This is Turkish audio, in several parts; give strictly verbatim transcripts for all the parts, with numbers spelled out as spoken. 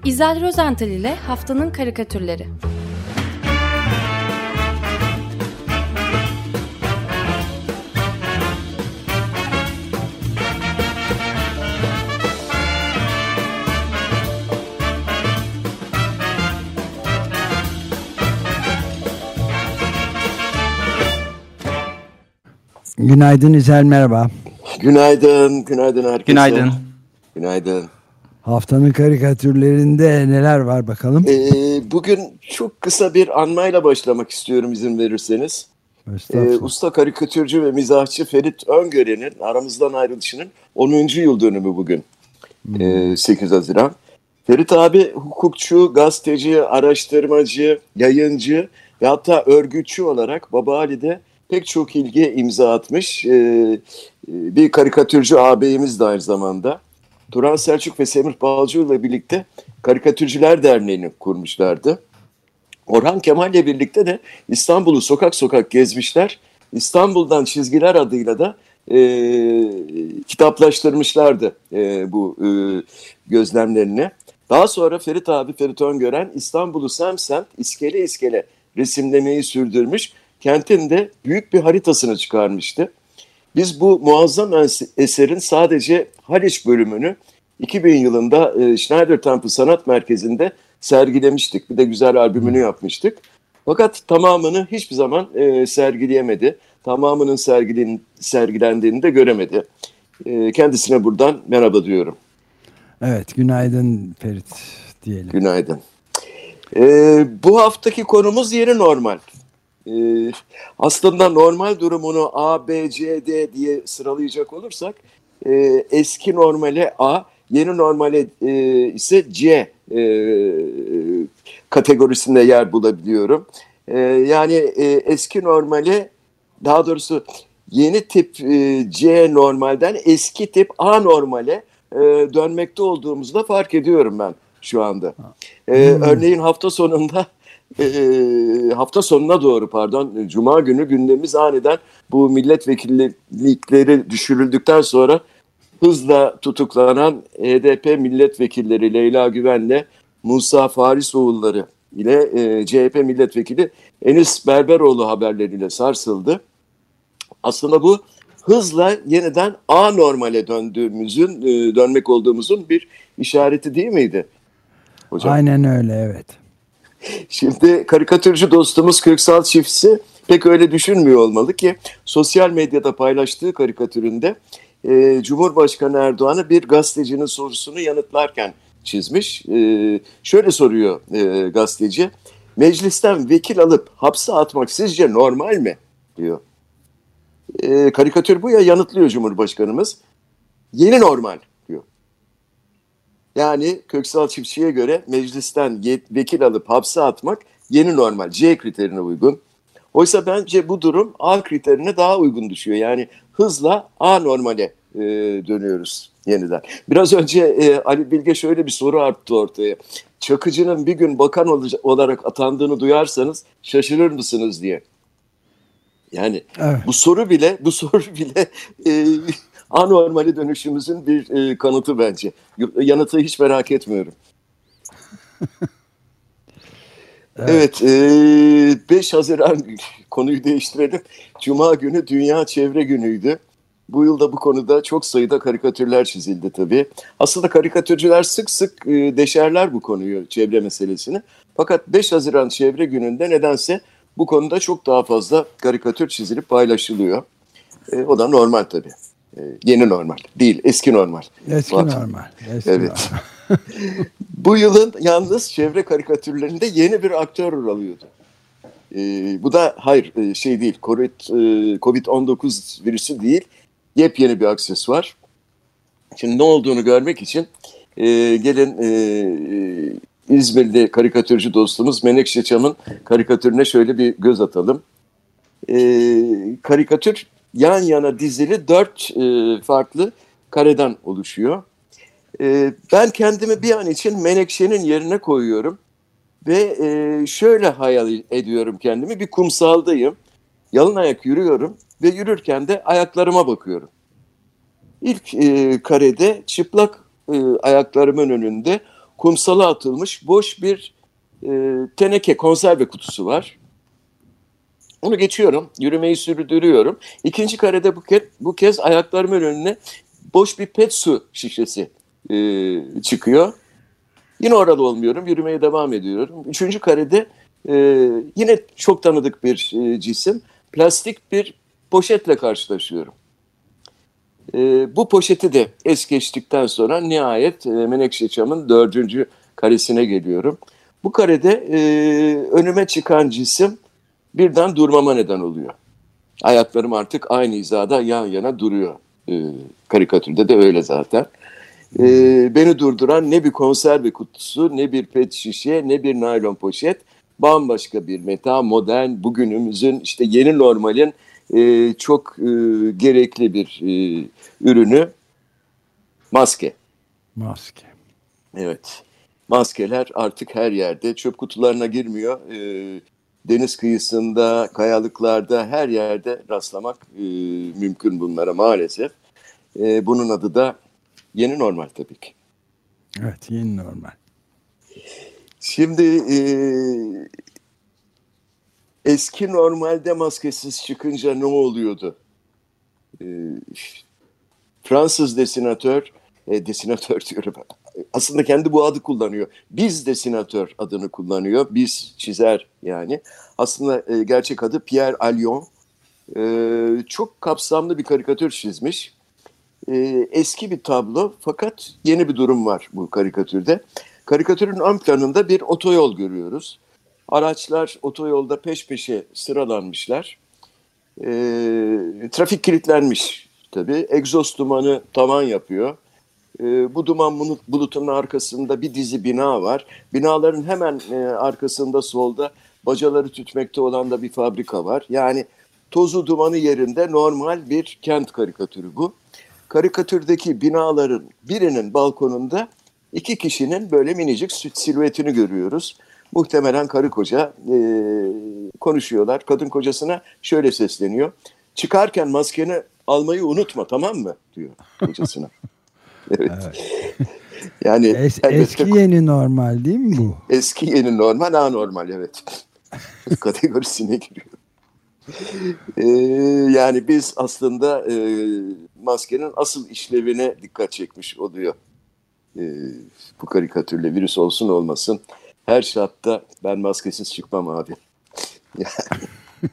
İzel Rozental ile Haftanın Karikatürleri. Günaydın İzel, merhaba. Günaydın, günaydın herkese. Günaydın. Günaydın. Haftanın karikatürlerinde neler var bakalım? Ee, bugün çok kısa bir anmayla başlamak istiyorum izin verirseniz. Ee, usta karikatürcü ve mizahçı Ferit Öngören'in aramızdan ayrılışının onuncu yıl dönümü bugün. Hmm. Ee, sekiz Haziran. Ferit abi hukukçu, gazeteci, araştırmacı, yayıncı ve hatta örgütçü olarak Babali'de pek çok ilgiye imza atmış. Ee, bir karikatürcü ağabeyimiz de aynı zamanda. Turan Selçuk ve Semih Balcıoğlu ile birlikte Karikatürcüler Derneği'ni kurmuşlardı. Orhan Kemal ile birlikte de İstanbul'u sokak sokak gezmişler. İstanbul'dan Çizgiler adıyla da e, kitaplaştırmışlardı e, bu e, gözlemlerini. Daha sonra Ferit abi, Ferit Öngören İstanbul'u semsemt, iskele iskele resimlemeyi sürdürmüş. Kentin de büyük bir haritasını çıkarmıştı. Biz bu muazzam eserin sadece Haliç bölümünü iki bin yılında e, Schneider Temple Sanat Merkezi'nde sergilemiştik. Bir de güzel albümünü yapmıştık. Fakat tamamını hiçbir zaman e, sergileyemedi. Tamamının sergilin, sergilendiğini de göremedi. E, kendisine buradan merhaba diyorum. Evet, günaydın Ferit diyelim. Günaydın. E, bu haftaki konumuz yeni normal. Ee, aslında normal durumunu A, B, C, D diye sıralayacak olursak e, eski normale A, yeni normale e, ise C e, kategorisinde yer bulabiliyorum. E, yani e, eski normale, daha doğrusu yeni tip e, C normalden eski tip A normale e, dönmekte olduğumuzu da fark ediyorum ben şu anda. E, hmm. Örneğin hafta sonunda E, hafta sonuna doğru pardon Cuma günü gündemimiz aniden bu milletvekillikleri düşürüldükten sonra hızla tutuklanan H D P milletvekilleri Leyla Güven'le Musa Farisoğulları ile e, C H P milletvekili Enis Berberoğlu haberleriyle sarsıldı. Aslında bu hızla yeniden anormale döndüğümüzün, e, dönmek olduğumuzun bir işareti değil miydi hocam? Aynen öyle, evet. Şimdi karikatürcü dostumuz Köksal Çiftçi pek öyle düşünmüyor olmalı ki sosyal medyada paylaştığı karikatüründe e, Cumhurbaşkanı Erdoğan'ı bir gazetecinin sorusunu yanıtlarken çizmiş. E, şöyle soruyor e, gazeteci, meclisten vekil alıp hapse atmak sizce normal mi diyor. E, karikatür bu ya, yanıtlıyor Cumhurbaşkanımız. Yeni normal diyor. Yani Köksal Çiftçi'ye göre meclisten vekil alıp hapse atmak yeni normal, C kriterine uygun. Oysa bence bu durum A kriterine daha uygun düşüyor. Yani hızla A normale e, dönüyoruz yeniden. Biraz önce e, Ali Bilge şöyle bir soru attı ortaya. Çakıcı'nın bir gün bakan olarak atandığını duyarsanız şaşırır mısınız diye. Yani evet. bu soru bile, bu soru bile... E, anormale dönüşümüzün bir e, kanıtı bence. Yanıtı hiç merak etmiyorum. Evet, evet e, beş Haziran konuyu değiştirelim. Cuma günü Dünya Çevre Günü'ydü. Bu yılda bu konuda çok sayıda karikatürler çizildi tabii. Aslında karikatürcüler sık sık e, deşerler bu konuyu, çevre meselesini. Fakat beş Haziran Çevre Günü'nde nedense bu konuda çok daha fazla karikatür çizilip paylaşılıyor. E, o da normal tabii. Ee, yeni normal değil, eski normal. Eski Bak. normal. Eski evet. Normal. Bu yılın yalnız çevre karikatürlerinde yeni bir aktör rol alıyordu. Ee, bu da hayır şey değil, kovid on dokuz virüsü değil, yepyeni bir aksesuar. Şimdi ne olduğunu görmek için e, gelin e, İzmirli karikatürcü dostumuz Menekşe Çam'ın karikatürüne şöyle bir göz atalım. E, karikatür yan yana dizili dört e, farklı kareden oluşuyor. E, ben kendimi bir an için Menekşe'nin yerine koyuyorum ve e, şöyle hayal ediyorum kendimi. Bir kumsaldayım, yalın ayak yürüyorum ve yürürken de ayaklarıma bakıyorum. İlk e, karede çıplak e, ayaklarımın önünde kumsala atılmış boş bir e, teneke konserve kutusu var. Onu geçiyorum, yürümeyi sürdürüyorum. İkinci karede bu kez, bu kez ayaklarımın önüne boş bir pet su şişesi e, çıkıyor. Yine orada olmuyorum, yürümeye devam ediyorum. Üçüncü karede e, yine çok tanıdık bir e, cisim, plastik bir poşetle karşılaşıyorum. E, bu poşeti de es geçtikten sonra nihayet e, Menekşe Çam'ın dördüncü karesine geliyorum. Bu karede e, önüme çıkan cisim birden durmama neden oluyor. Ayaklarım artık aynı hizada yan yana duruyor. E, karikatürde de öyle zaten. E, beni durduran ne bir konserve kutusu, ne bir pet şişe, ne bir naylon poşet. Bambaşka bir meta, modern, bugünümüzün işte yeni normalin e, çok e, gerekli bir e, ürünü, maske. Maske. Evet. Maskeler artık her yerde. Çöp kutularına girmiyor. E, deniz kıyısında, kayalıklarda her yerde rastlamak e, mümkün bunlara maalesef. E, bunun adı da yeni normal tabii ki. Evet, yeni normal. Şimdi e, eski normalde maskesiz çıkınca ne oluyordu? E, Fransız desinatör, e, desinatör diyorum. Aslında kendi bu adı kullanıyor. Biz desinatör adını kullanıyor. Biz çizer yani. Aslında e, gerçek adı Pierre Allion. E, çok kapsamlı bir karikatür çizmiş. E, eski bir tablo fakat yeni bir durum var bu karikatürde. Karikatürün ön planında bir otoyol görüyoruz. Araçlar otoyolda peş peşe sıralanmışlar. E, trafik kilitlenmiş tabii. Egzoz dumanı tavan yapıyor. E, bu duman bulutunun arkasında bir dizi bina var. Binaların hemen e, arkasında solda bacaları tütmekte olan da bir fabrika var. Yani tozu dumanı yerinde normal bir kent karikatürü bu. Karikatürdeki binaların birinin balkonunda iki kişinin böyle minicik silüetini görüyoruz. Muhtemelen karı koca e, konuşuyorlar. Kadın kocasına şöyle sesleniyor. Çıkarken maskeni almayı unutma, tamam mı? Diyor kocasına. Evet. Evet. Yani es, eski yeni normal değil mi bu? Eski yeni normal, anormal, evet. Kategorisine giriyor. Ee, yani biz aslında e, maskenin asıl işlevine dikkat çekmiş oluyor. Ee, bu karikatürle virüs olsun olmasın. Her şartta ben maskesiz çıkmam abi. Yani.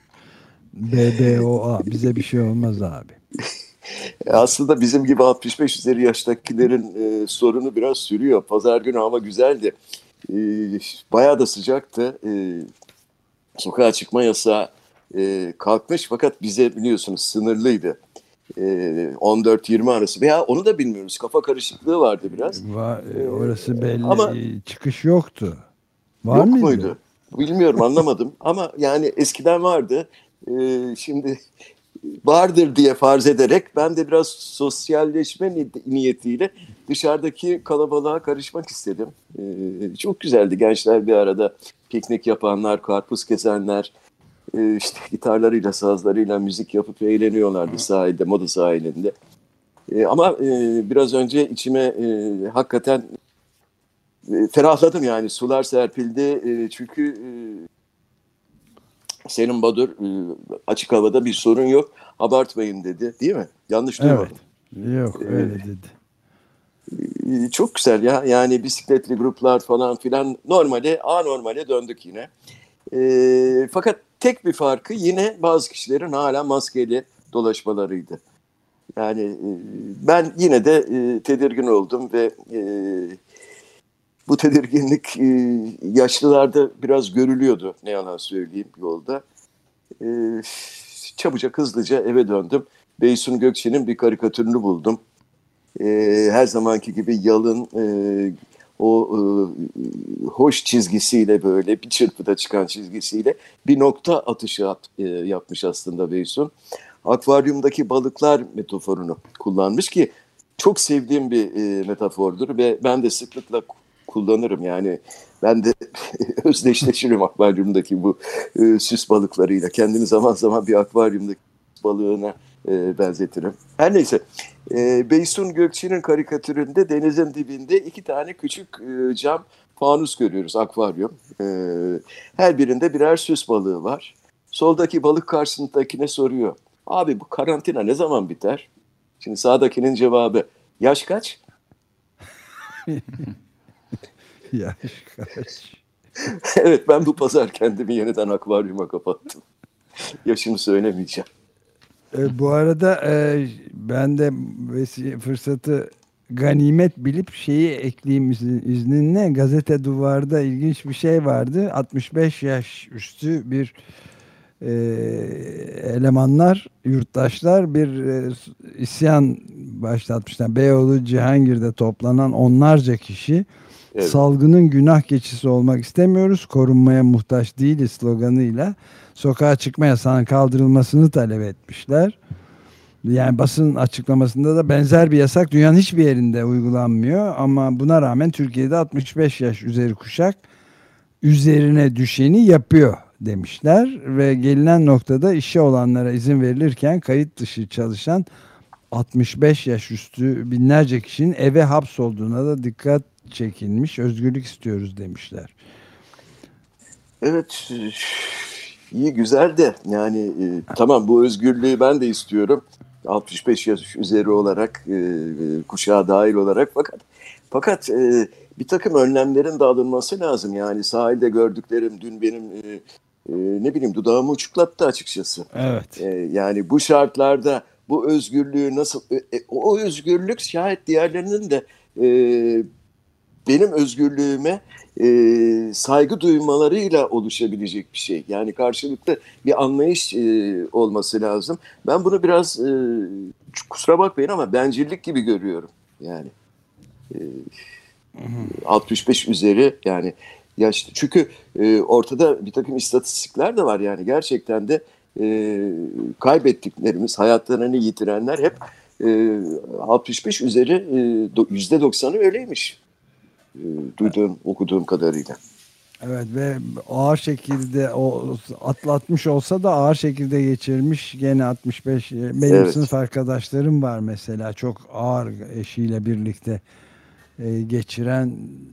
B B O A bize bir şey olmaz abi. Aslında bizim gibi altmış beş üzeri yaştakilerin e, sorunu biraz sürüyor. Pazar günü hava güzeldi. E, bayağı da sıcaktı. E, sokağa çıkma yasağı e, kalkmış fakat bize biliyorsunuz sınırlıydı. E, on dört yirmi arası veya onu da bilmiyoruz. Kafa karışıklığı vardı biraz. Va, e, orası belli. Ama çıkış yoktu. Var yok mıydı? muydu? Bilmiyorum, anlamadım. Ama yani eskiden vardı. E, şimdi vardır diye farz ederek ben de biraz sosyalleşme niyetiyle dışarıdaki kalabalığa karışmak istedim. Ee, çok güzeldi, gençler bir arada piknik yapanlar, karpuz kesenler, e, işte gitarlarıyla, sazlarıyla müzik yapıp eğleniyorlardı sahilde, Moda sahilinde. E, ama e, biraz önce içime e, hakikaten e, ferahladım yani, sular serpildi e, çünkü e, Selim Badur açık havada bir sorun yok, abartmayın dedi, değil mi? Yanlış duymadım. Evet. Yok öyle dedi. Çok güzel ya, yani bisikletli gruplar falan filan normale, anormale döndük yine. E, fakat tek bir farkı yine bazı kişilerin hala maskeyle dolaşmalarıydı. Yani e, ben yine de e, tedirgin oldum ve e, bu tedirginlik e, yaşlılarda biraz görülüyordu, ne yalan söyleyeyim, yolda. E, çabucak hızlıca eve döndüm. Beysun Gökçe'nin bir karikatürünü buldum. E, her zamanki gibi yalın, e, o e, hoş çizgisiyle, böyle bir çırpıda çıkan çizgisiyle bir nokta atışı at, e, yapmış aslında Beysun. Akvaryumdaki balıklar metaforunu kullanmış ki çok sevdiğim bir e, metafordur ve ben de sıklıkla kullanırım. Yani ben de özdeşleşirim akvaryumdaki bu e, süs balıklarıyla. Kendimi zaman zaman bir akvaryumdaki balığına e, benzetirim. Her neyse, E, Beysun Gökçe'nin karikatüründe denizin dibinde iki tane küçük e, cam fanus görüyoruz, akvaryum. E, her birinde birer süs balığı var. Soldaki balık karşısındakine soruyor. Abi bu karantina ne zaman biter? Şimdi sağdakinin cevabı yaş kaç? Yaş kaç? Evet, ben bu pazar kendimi yeniden akvaryuma kapattım. Yaşımı söylemeyeceğim. E, bu arada e, ben de vesi- fırsatı ganimet bilip şeyi ekleyeyim izin- izninle. Gazete Duvar'da ilginç bir şey vardı. altmış beş yaş üstü bir e, elemanlar, yurttaşlar bir e, isyan başlatmışlar. Beyoğlu Cihangir'de toplanan onlarca kişi Evet. salgının günah keçisi olmak istemiyoruz, korunmaya muhtaç değiliz sloganıyla sokağa çıkma yasağının kaldırılmasını talep etmişler. Yani basın açıklamasında da benzer bir yasak dünyanın hiçbir yerinde uygulanmıyor ama buna rağmen Türkiye'de altmış beş yaş üzeri kuşak üzerine düşeni yapıyor demişler ve gelinen noktada işe olanlara izin verilirken kayıt dışı çalışan altmış beş yaş üstü binlerce kişinin eve hapsolduğuna da dikkat çekilmiş. Özgürlük istiyoruz demişler. Evet, iyi güzel de yani e, tamam, bu özgürlüğü ben de istiyorum. altmış beş yaş üzeri olarak, e, kuşağa dahil olarak, fakat fakat e, bir takım önlemlerin de alınması lazım. Yani sahilde gördüklerim dün benim e, e, ne bileyim dudağımı uçuklattı açıkçası. Evet. E, yani bu şartlarda bu özgürlüğü nasıl, e, e, o özgürlük şayet diğerlerinin de e, benim özgürlüğüme e, saygı duymalarıyla oluşabilecek bir şey. Yani karşılıklı bir anlayış e, olması lazım. Ben bunu biraz e, kusura bakmayın ama bencillik gibi görüyorum. Yani e, altmış beş üzeri yani yaşlı. Çünkü e, ortada bir takım istatistikler de var. Yani gerçekten de e, kaybettiklerimiz, hayatlarını yitirenler hep e, altmış beş üzeri, e, yüzde doksanı öyleymiş. E, duyduğum, okuduğum kadarıyla. Evet ve ağır şekilde o atlatmış olsa da ağır şekilde geçirmiş gene altmış beş. Benim Evet. sınıf arkadaşlarım var mesela, çok ağır eşiyle birlikte e, geçiren,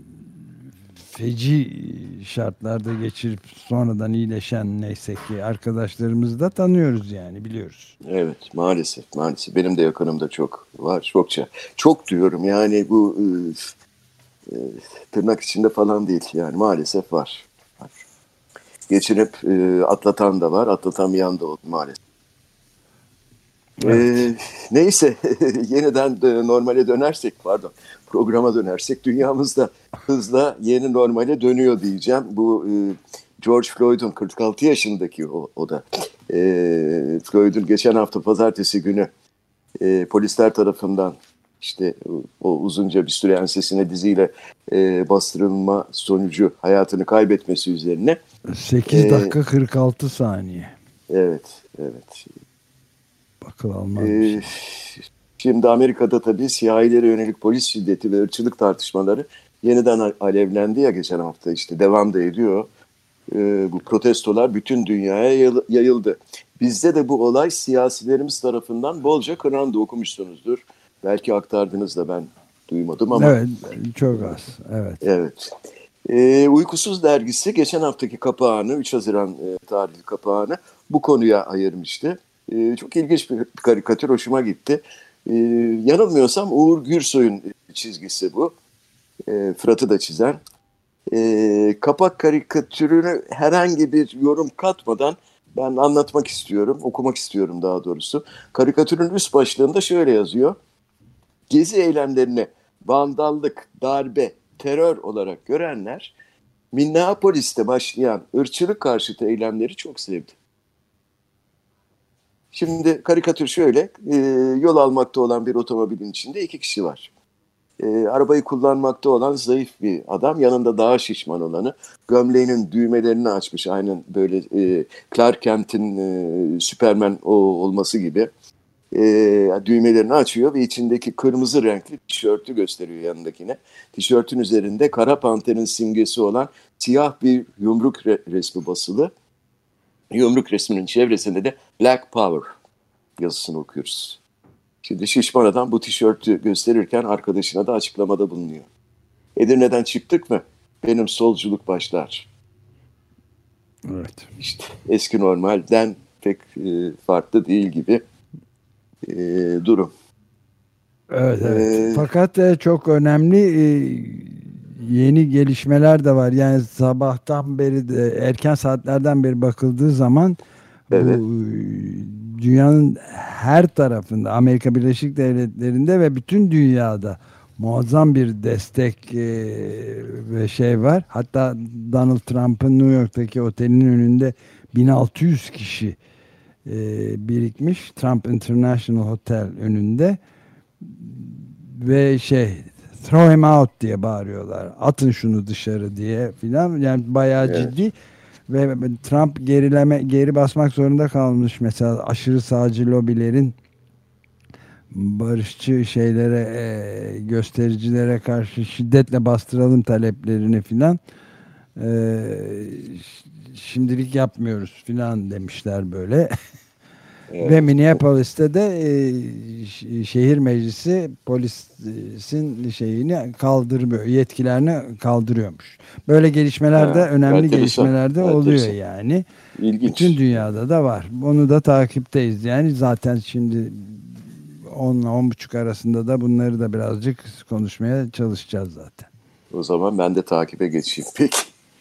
feci şartlarda geçirip sonradan iyileşen neyse ki arkadaşlarımızı da tanıyoruz, yani biliyoruz. Evet, maalesef maalesef benim de yakınımda çok var, çokça. Çok diyorum yani, bu e, e, tırnak içinde falan değil yani, maalesef var. var. Geçirip e, atlatan da var, atlatamayan da oldu maalesef. Evet. E, neyse yeniden de normale dönersek, pardon programa dönersek, dünyamızda hızla yeni normale dönüyor diyeceğim. Bu e, George Floyd'un kırk altı yaşındaki o, o da e, Floyd'un geçen hafta pazartesi günü e, polisler tarafından işte o, o uzunca bir süre ensesine diziyle e, bastırılma sonucu hayatını kaybetmesi üzerine. sekiz dakika kırk altı saniye. Evet, evet. Akıl almaz bir şey. Ee, şimdi Amerika'da tabii siyahilere yönelik polis şiddeti ve ırkçılık tartışmaları yeniden alevlendi ya geçen hafta, işte devam da ediyor. Ee, bu protestolar bütün dünyaya yayıldı. Bizde de bu olay siyasilerimiz tarafından bolca kınandı, okumuşsunuzdur. Belki aktardınız da ben duymadım ama. Evet, çok az. Evet. Evet. Ee, Uykusuz dergisi geçen haftaki kapağını, üç Haziran e, tarihli kapağını bu konuya ayırmıştı. Ee, çok ilginç bir karikatür, hoşuma gitti. Ee, yanılmıyorsam Uğur Gürsoy'un çizgisi bu. Ee, Fırat'ı da çizen. Ee, kapak karikatürünü herhangi bir yorum katmadan ben anlatmak istiyorum, okumak istiyorum daha doğrusu. Karikatürün üst başlığında şöyle yazıyor. Gezi eylemlerini vandallık, darbe, terör olarak görenler Minneapolis'te başlayan ırkçılık karşıtı eylemleri çok sevdi. Şimdi karikatür şöyle, e, yol almakta olan bir otomobilin içinde iki kişi var. E, arabayı kullanmakta olan zayıf bir adam, yanında daha şişman olanı, gömleğinin düğmelerini açmış, aynen böyle e, Clark Kent'in e, Superman o olması gibi. E, düğmelerini açıyor ve içindeki kırmızı renkli tişörtü gösteriyor yanındakine. Tişörtün üzerinde Kara Panter'in simgesi olan siyah bir yumruk re- resmi basılı. Yumruk resminin çevresinde de Black Power yazısını okuyoruz. Şimdi şişman adam bu tişörtü gösterirken arkadaşına da açıklamada bulunuyor. Edirne'den çıktık mı benim solculuk başlar. Evet. İşte eski normalden pek e, farklı değil gibi e, durum. Evet, evet. Ee, Fakat e, çok önemli e, yeni gelişmeler de var. Yani sabahtan beri de erken saatlerden beri bakıldığı zaman evet. bu e, dünyanın her tarafında, Amerika Birleşik Devletleri'nde ve bütün dünyada muazzam bir destek e, ve şey var. Hatta Donald Trump'ın New York'taki otelinin önünde bin altı yüz kişi e, birikmiş. Trump International Hotel önünde ve şey, throw him out diye bağırıyorlar. Atın şunu dışarı diye filan. Yani bayağı Evet. ciddi ve Trump gerileme geri basmak zorunda kalmış, mesela aşırı sağcı lobilerin barışçı şeylere, e, göstericilere karşı şiddetle bastıralım taleplerini filan, e, şimdilik yapmıyoruz filan demişler böyle. Evet. Ve Minneapolis'te de e, şehir meclisi polisin şeyini kaldırmıyor, yetkilerini kaldırıyormuş. Böyle gelişmeler de Ha, önemli enteresan, gelişmeler de oluyor enteresan. yani. İlginç. Bütün dünyada da var. Bunu da takipteyiz. Yani zaten şimdi on on buçuk arasında da bunları da birazcık konuşmaya çalışacağız zaten. O zaman ben de takibe geçeyim. Peki.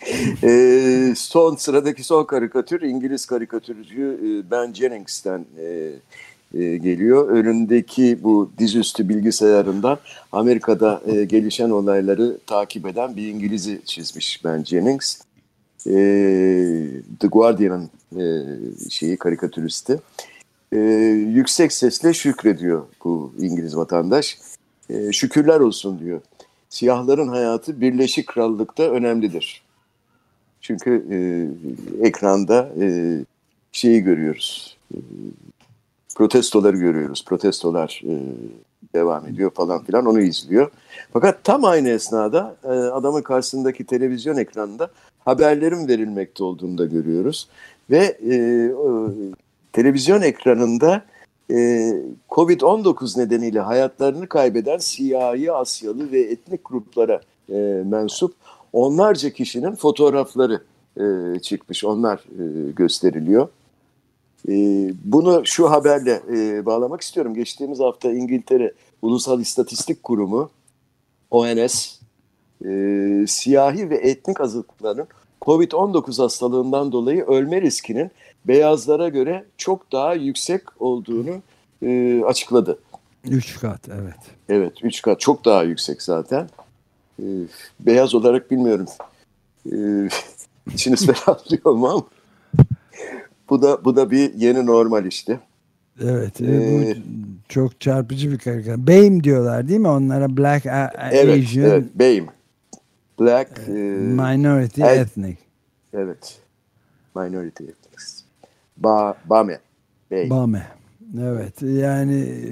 Ee, son sıradaki son karikatür İngiliz karikatürcü e, Ben Jennings'ten e, e, geliyor. Önündeki bu dizüstü bilgisayarından Amerika'da e, gelişen olayları takip eden bir İngiliz'i çizmiş Ben Jennings. E, The Guardian'ın e, şeyi karikatüristi. E, yüksek sesle şükrediyor bu İngiliz vatandaş. E, şükürler olsun diyor. Siyahların hayatı Birleşik Krallık'ta önemlidir. Çünkü e, ekranda e, şeyi görüyoruz. E, protestoları görüyoruz. Protestolar e, devam ediyor falan filan, onu izliyor. Fakat tam aynı esnada e, adamın karşısındaki televizyon ekranında haberlerin verilmekte olduğunu da görüyoruz. Ve e, o, televizyon ekranında e, kovid on dokuz nedeniyle hayatlarını kaybeden siyahi, Asyalı ve etnik gruplara e, mensup onlarca kişinin fotoğrafları e, çıkmış. Onlar e, gösteriliyor. E, bunu şu haberle e, bağlamak istiyorum. Geçtiğimiz hafta İngiltere Ulusal İstatistik Kurumu O N S e, siyahi ve etnik azınlıkların kovid on dokuz hastalığından dolayı ölme riskinin beyazlara göre çok daha yüksek olduğunu e, açıkladı. Üç kat, evet. Evet, üç kat, çok daha yüksek zaten. E, beyaz olarak bilmiyorum. E, içiniz ferahlıyor mu ama bu da bu da bir yeni normal işte. Evet, e, Ee, bu çok çarpıcı bir karikatür. BAME diyorlar değil mi onlara? Black, A- A- evet, Asian, evet, BAME. Black e, e, Minority, el, Ethnic. evet, Minority Ethnics. Ba, BAME. BAME. BAME. Evet, yani e,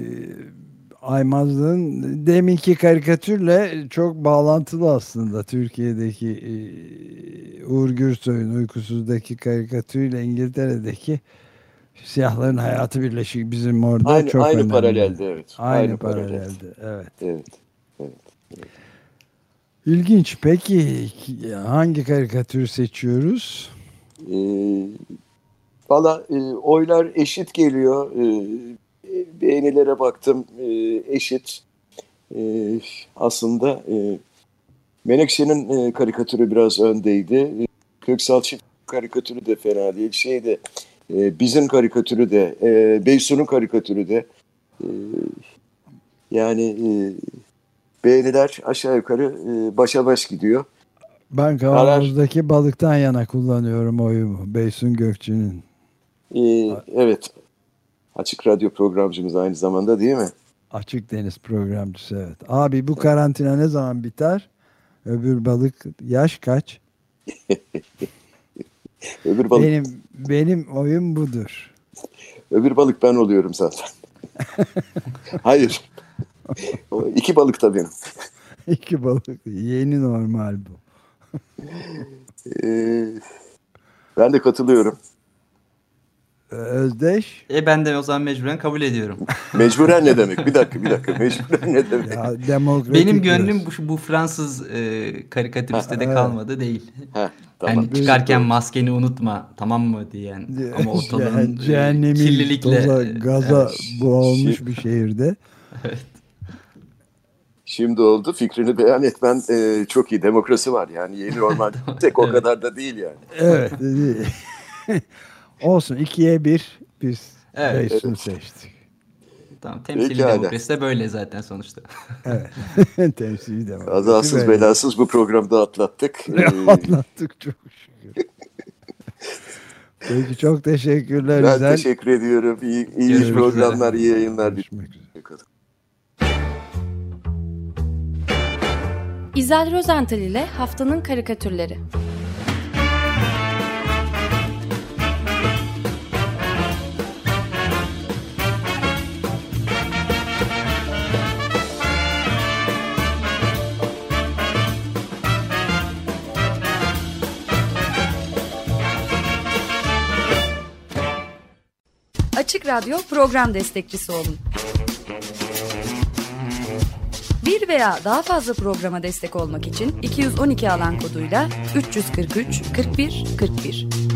Aymazlığın deminki karikatürle çok bağlantılı aslında. Türkiye'deki e, Uğur Gürsoy'un Uykusuzdaki karikatürüyle İngiltere'deki siyahların hayatı birleşik, bizim orada Aynı çok aynı önemli. paralelde, evet. Aynı, Aynı paralelde. paralelde, evet. Evet, evet. İlginç. Peki hangi karikatürü seçiyoruz? E, valla e, oylar eşit geliyor. E, beğenilere baktım, e, eşit. E, aslında e, Menekşe'nin e, karikatürü biraz öndeydi. E, Köksal Çift karikatürü de fena değil. Şey de, e, Biz'in karikatürü de, e, Beysun'un karikatürü de. E, yani e, beğeniler aşağı yukarı e, başa baş gidiyor. Ben Karar, kavanozdaki balıktan yana kullanıyorum oyumu. Beysun Gökçü'nün. e, evet, açık radyo programcımız aynı zamanda, değil mi? Açık Deniz programcısı, evet. Abi bu karantina ne zaman biter? Öbür balık yaş kaç? Öbür balık, Benim benim oyun budur. öbür balık ben oluyorum zaten. Hayır. O iki balık da benim. İki balık. Yeni normal bu. Ee, ben de katılıyorum. Özdeş. E ben de o zaman mecburen kabul ediyorum. Mecburen ne demek? Bir dakika bir dakika. Mecburen ne demek? Ya, demokratik Benim gönlüm biraz. bu, bu Fransız e, karikatüriste de evet. kalmadı değil. Heh, tamam. Yani çıkarken maskeni unutma tamam mı diyen ama ortalığın Cehennemin kirlilikle toza, gaza evet. boğulmuş bir şehirde. Evet. Şimdi oldu. Fikrini beyan etmen e, çok iyi. Demokrasi var yani. Yeni normal tek o kadar da değil yani. Evet. Olsun. ikiye bir biz Evet. Beysun'u Evet. seçtik. Tamam, temsili Pekala. demokrasi de böyle zaten sonuçta. Evet. Temsili demokrasi. Kazasız böyle. belasız bu programda atlattık. Ee, Atlattık çok şükür. Peki çok teşekkürler. ben Güzel. teşekkür ediyorum. İyi, iyi Görüşmek programlar, üzere. iyi yayınlar. Görüşmek üzere. İzel Rozental ile Haftanın Karikatürleri. Açık Radyo program destekçisi olun. Bir veya daha fazla programa destek olmak için iki yüz on iki alan koduyla üç yüz kırk üç kırk bir kırk bir